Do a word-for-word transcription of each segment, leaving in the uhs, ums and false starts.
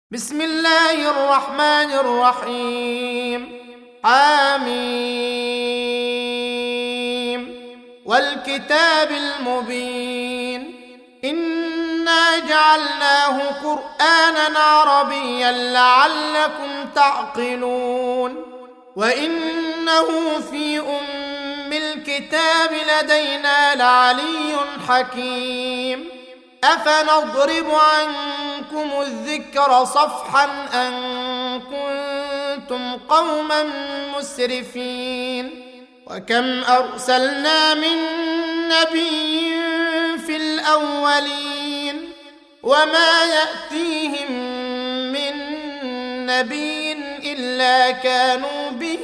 بسم الله الرحمن الرحيم. حميم والكتاب المبين إنا جعلناه قرآنا عربيا لعلكم تعقلون وإنه في أم الكتاب لدينا لعلي حكيم. أفنضرب عنكم الذكر صفحا أن كنتم قوما مسرفين وكم أرسلنا من نبي في الأولين وما يأتيهم من نبي إلا كانوا به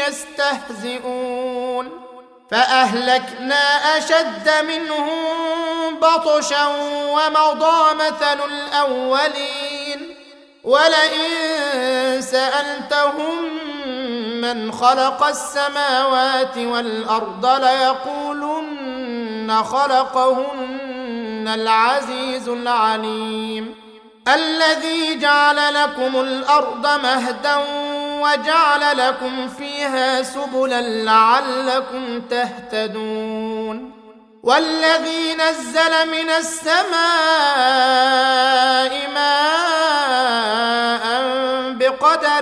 يستهزئون فأهلكنا أشد منهم بطشا ومضى مثل الأولين ولئن سألتهم من خلق السماوات والأرض ليقولن خلقهن العزيز العليم الذي جعل لكم الأرض مهدا وجعل لكم فيها سبلا لعلكم تهتدون والذي نزل من السماء ماء بقدر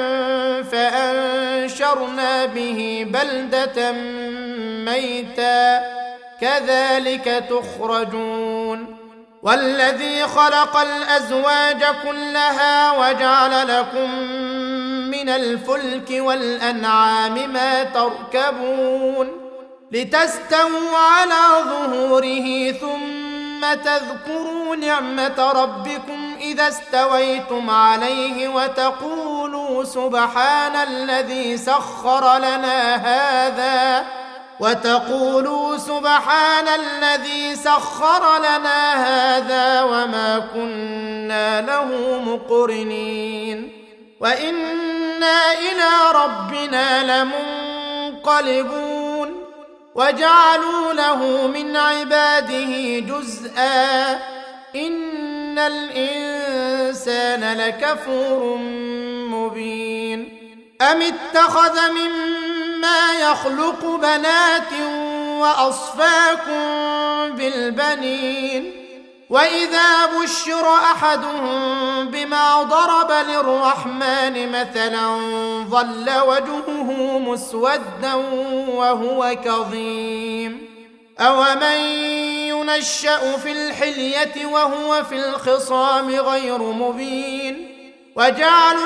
فأنشرنا به بلدة ميتا كذلك تخرجون والذي خلق الأزواج كلها وجعل لكم من الفلك والأنعام ما تركبون لتستووا على ظهوره ثم تذكروا نعمة ربكم إذا استويتم عليه وتقولوا سبحان الذي سخر لنا هذا وتقولوا سبحان الذي سخر لنا هذا وما كنا له مقرنين وإنا إلى ربنا لمنقلبون وجعلوا له من عباده جزءا إن الإنسان لكفور مبين أم اتخذ مما يخلق بنات وأصفاكم بالبنين وإذا بشر أحدهم بما ضرب للرحمن مثلا ظل وجهه مسودا وهو كظيم أومن ينشأ في الحلية وهو في الخصام غير مبين وجعلوا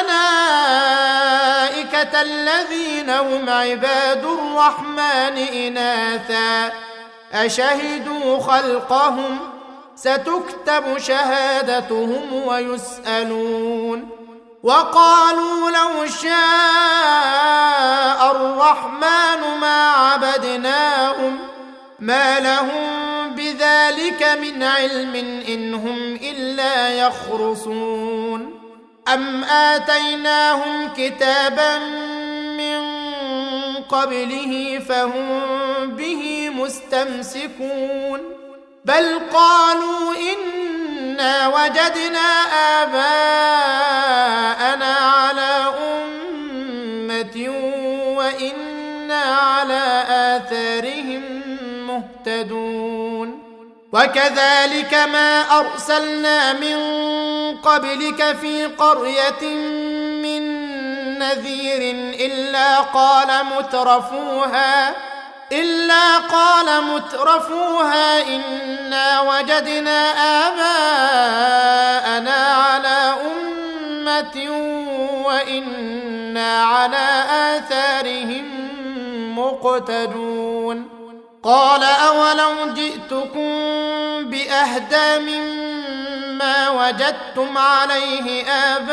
الملائكة الذين هم عباد الرحمن إناثا أشهدوا خلقهم ستكتب شهادتهم ويسألون وقالوا لو شاء الرحمن ما عبدناهم ما لهم بذلك من علم إن هم إلا يخرصون أم آتيناهم كتابا من قبله فهم به مستمسكون بل قالوا إنا وجدنا آباءنا على أمة وإنا على آثارهم مهتدون وكذلك ما أرسلنا من قبلك في قرية من نذير إلا قال مترفوها إلا قال مترفوها إنا وجدنا آباءنا على أمة وإنا على آثارهم مقتدون قال أولو جئتكم بأهدى مما وجدتم عليه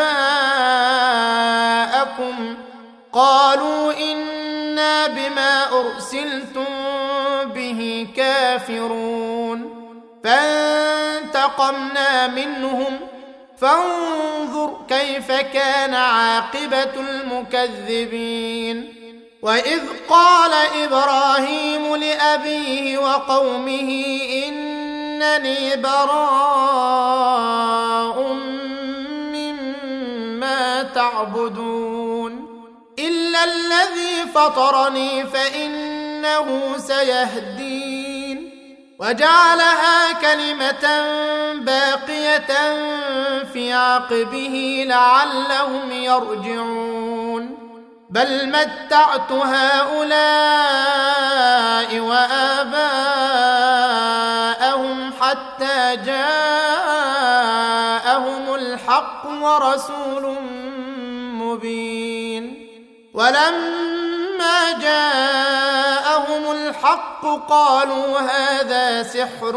آباءكم قالوا إنا بما أرسلتم به كافرون فانتقمنا منهم فانظر كيف كان عاقبة المكذبين وإذ قال إبراهيم لأبيه وقومه إنني براء مما تعبدون إلا الذي فطرني فإنه سيهدين وجعلها كلمة باقية في عقبه لعلهم يرجعون بل متعت هؤلاء وآباءهم حتى جاءهم الحق ورسول مبين ولما جاءهم الحق قالوا هذا سحر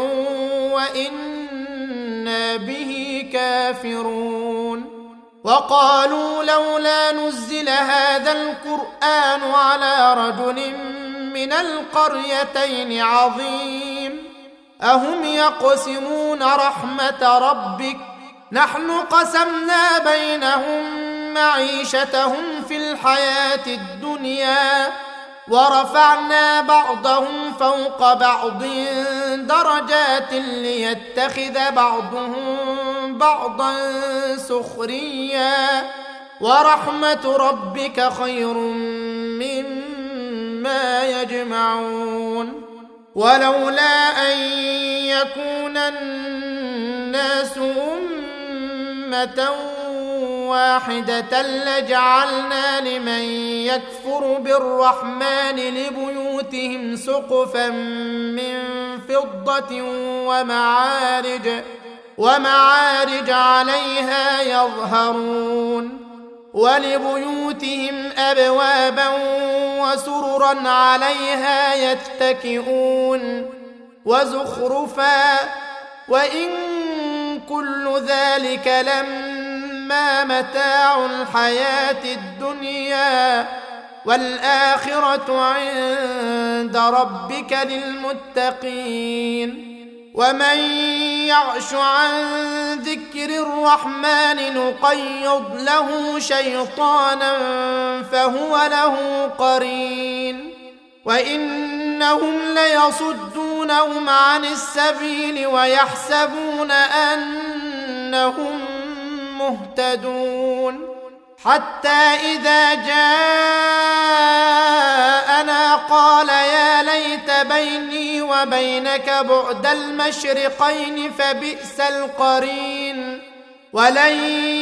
وإنا به كافرون وقالوا لولا نزل هذا القرآن على رجل من القريتين عظيم أهم يقسمون رحمة ربك نحن قسمنا بينهم معيشتهم في الحياة الدنيا ورفعنا بعضهم فوق بعض درجات ليتخذ بعضهم بعضا سخريا ورحمة ربك خير مما يجمعون ولولا أن يكون الناس أمة واحدة لجعلنا لمن يكفر بالرحمن لبيوتهم سقفا من فضة ومعارج ومعارج عليها يظهرون ولبيوتهم أبوابا وسررا عليها يتكئون وزخرفا وإن كل ذلك لما متاع الحياة الدنيا والآخرة عند ربك للمتقين ومن يعش عن ذكر الرحمن نقيض له شيطانا فهو له قرين وإنهم ليصدونهم عن السبيل ويحسبون أنهم مهتدون حتى إذا جاءنا قال يا ليت بيني وبينك بعد المشرقين فبئس القرين ولن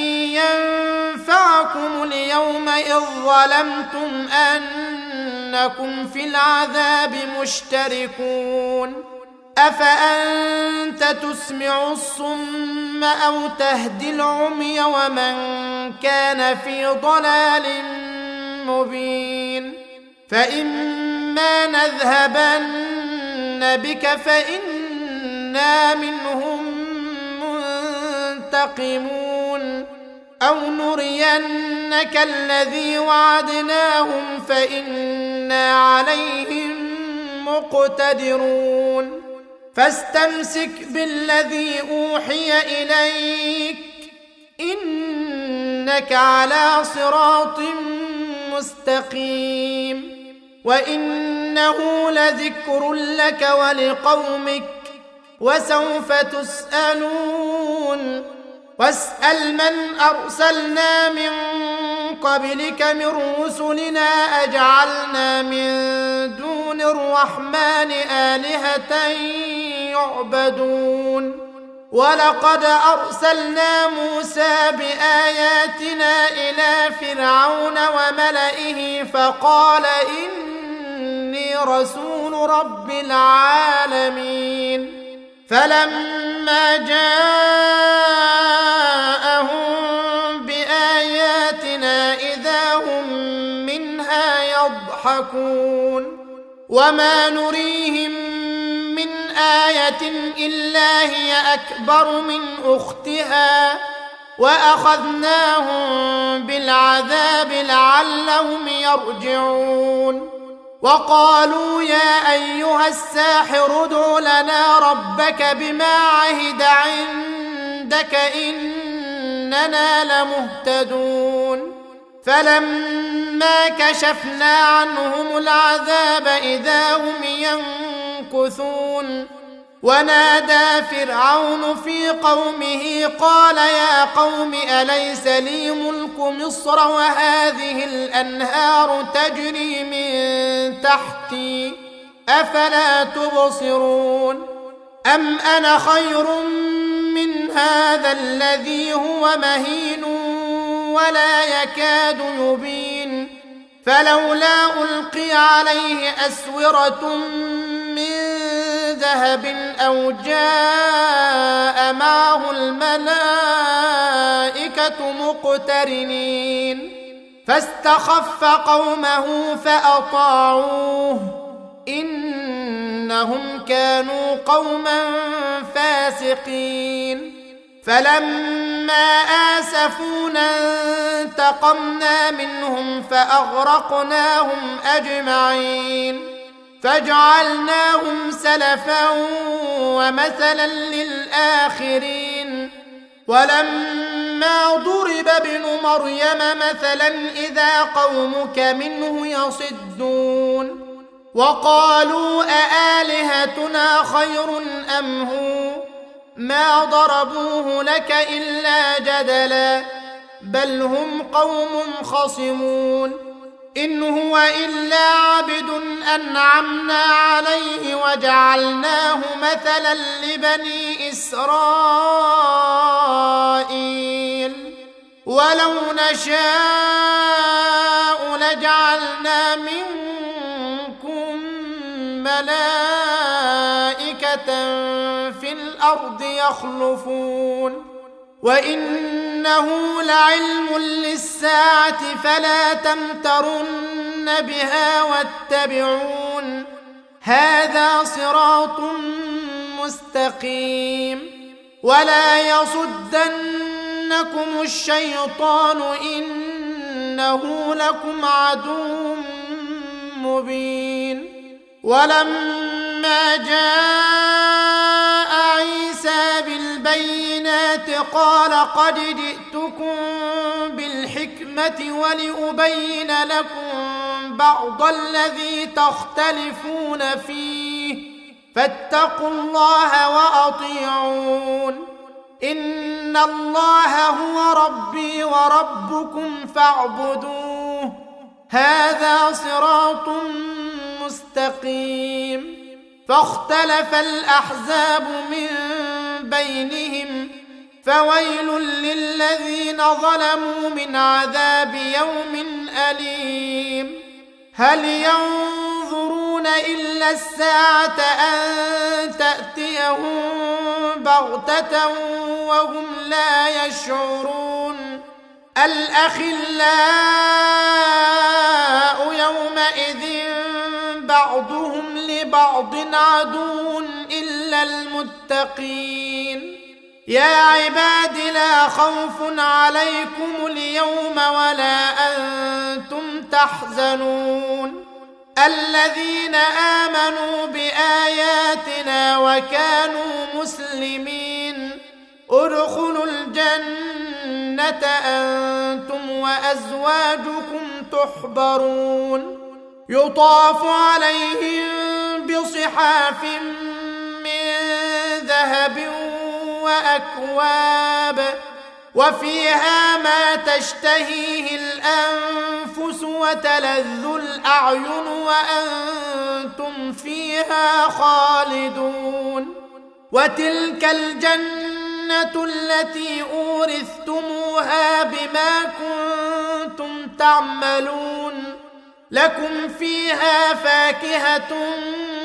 ينفعكم اليوم إذ ظلمتم أنكم في العذاب مشتركون أفأنت تسمع الصم أو تهدي العمي ومن كان في ضلال مبين فإما نذهبن بك فإنا منهم منتقمون أو نرينك الذي وعدناهم فإنا عليهم مقتدرون فاستمسك بالذي أوحي إليك إنك على صراط مستقيم وإنه لذكر لك ولقومك وسوف تسألون واسأل من أرسلنا من قبلك من رسلنا أجعلنا من دون الرحمن آلهة يعبدون ولقد أرسلنا موسى بآياتنا إلى فرعون وملئه فقال إني رسول رب العالمين فلما جاءهم بآياتنا إذا هم منها يضحكون وما نريهم من آية إلا هي أكبر من أختها وأخذناهم بالعذاب لعلهم يرجعون وقالوا يا أيها الساحر ادع لنا ربك بما عهد عندك إننا لمهتدون فلما كشفنا عنهم العذاب إذا هم ينكثون ونادى فرعون في قومه قال يا قوم أليس لي ملك مصر وهذه الأنهار تجري من تحتي أفلا تبصرون أم أنا خير من هذا الذي هو مهين ولا يكاد يبين فلولا ألقي عليه أسورة من ذهب أو جاء معه الملائكة مقترنين فاستخف قومه فأطاعوه إنهم كانوا قوما فاسقين فلما آسفونا انتقمنا منهم فأغرقناهم أجمعين فجعلناهم سلفا ومثلا للآخرين ولما ضرب ابن مريم مثلا إذا قومك منه يصدون وقالوا أآلهتنا خير أم هو ما ضربوه لك إلا جدلا بل هم قوم خصمون إن هو إلا عبد أنعمنا عليه وجعلناه مثلا لبني إسرائيل ولو نشاء لجعلنا منكم ملائكة في الأرض يخلفون وإنه لعلم للساعة فلا تمترن بها واتبعون هذا صراط مستقيم ولا يصدنكم الشيطان إنه لكم عدو مبين ولما جاء عيسى بالبينات قال قد جئتكم بالحكمة ولأبين لكم بعض الذي تختلفون فيه فاتقوا الله وأطيعون إن الله هو ربي وربكم فاعبدوه هذا صراط مستقيم فاختلف الأحزاب من بينهم فويل للذين ظلموا من عذاب يوم أليم هل ينظرون إلا الساعة أن تأتيهم بغتة وهم لا يشعرون الأخلاء يومئذ بعضهم لبعض عدو إلا المتقين يا عباد لا خوف عليكم اليوم ولا أنتم تحزنون الذين آمنوا بآياتنا وكانوا مسلمين ادخلوا الجنة أنتم وأزواجكم تحبرون يطاف عليهم بصحاف من ذهب وأكواب وفيها ما تشتهيه الأنفس وتلذ الأعين وأنتم فيها خالدون وتلك الجنة التي أورثتموها بما كنتم تعملون لكم فيها فاكهة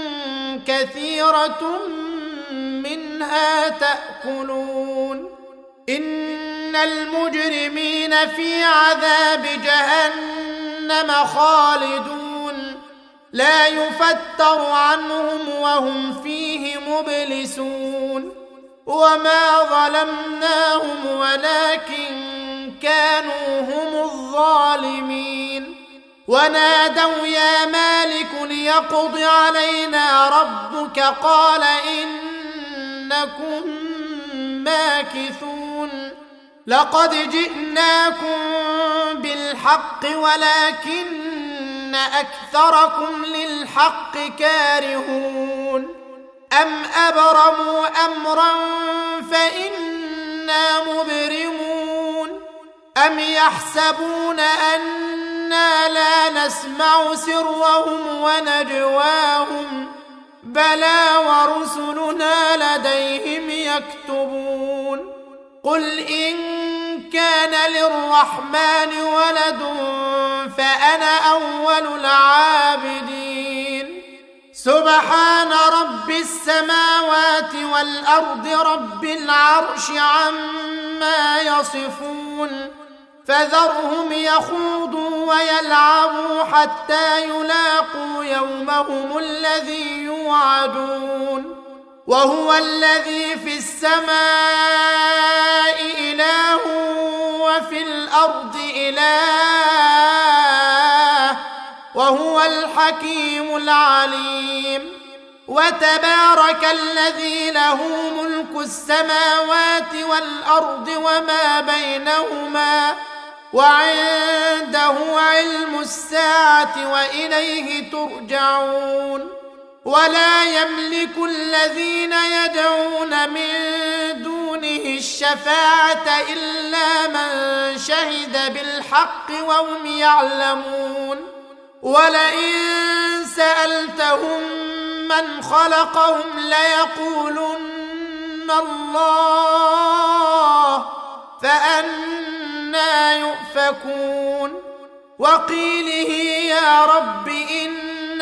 كثيرة منها تأكلون إن المجرمين في عذاب جهنم خالدون لا يفتر عنهم وهم فيه مبلسون وما ظلمناهم ولكن كانوا هم الظالمين ونادوا يا مالك ليقض علينا ربك قال إنكم ماكثون لقد جئناكم بالحق ولكن أكثركم للحق كارهون أم أبرموا أمرا فإنا مبرمون أم يحسبون أنا لا نسمع سرهم ونجواهم بلى ورسلنا لديهم يكتبون قل إن كان للرحمن ولد فأنا أول العابدين سبحان رب السماوات والأرض رب العرش عما يصفون فذرهم يخوضوا ويلعبوا حتى يلاقوا يومهم الذي يوعدون وهو الذي في السماء إله وفي الأرض إله وهو الحكيم العليم وتبارك الذي له ملك السماوات والأرض وما بينهما وعنده علم الساعة وإليه ترجعون ولا يملك الذين يدعون من دونه الشفاعة إلا من شهد بالحق وهم يعلمون ولئن سألتهم من خلقهم ليقولن الله فأنى يؤفكون وقيله يا رب إن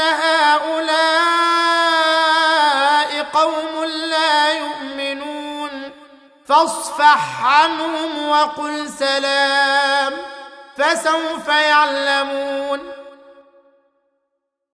هؤلاء قوم لا يؤمنون فاصفح عنهم وقل سلام فسوف يعلمون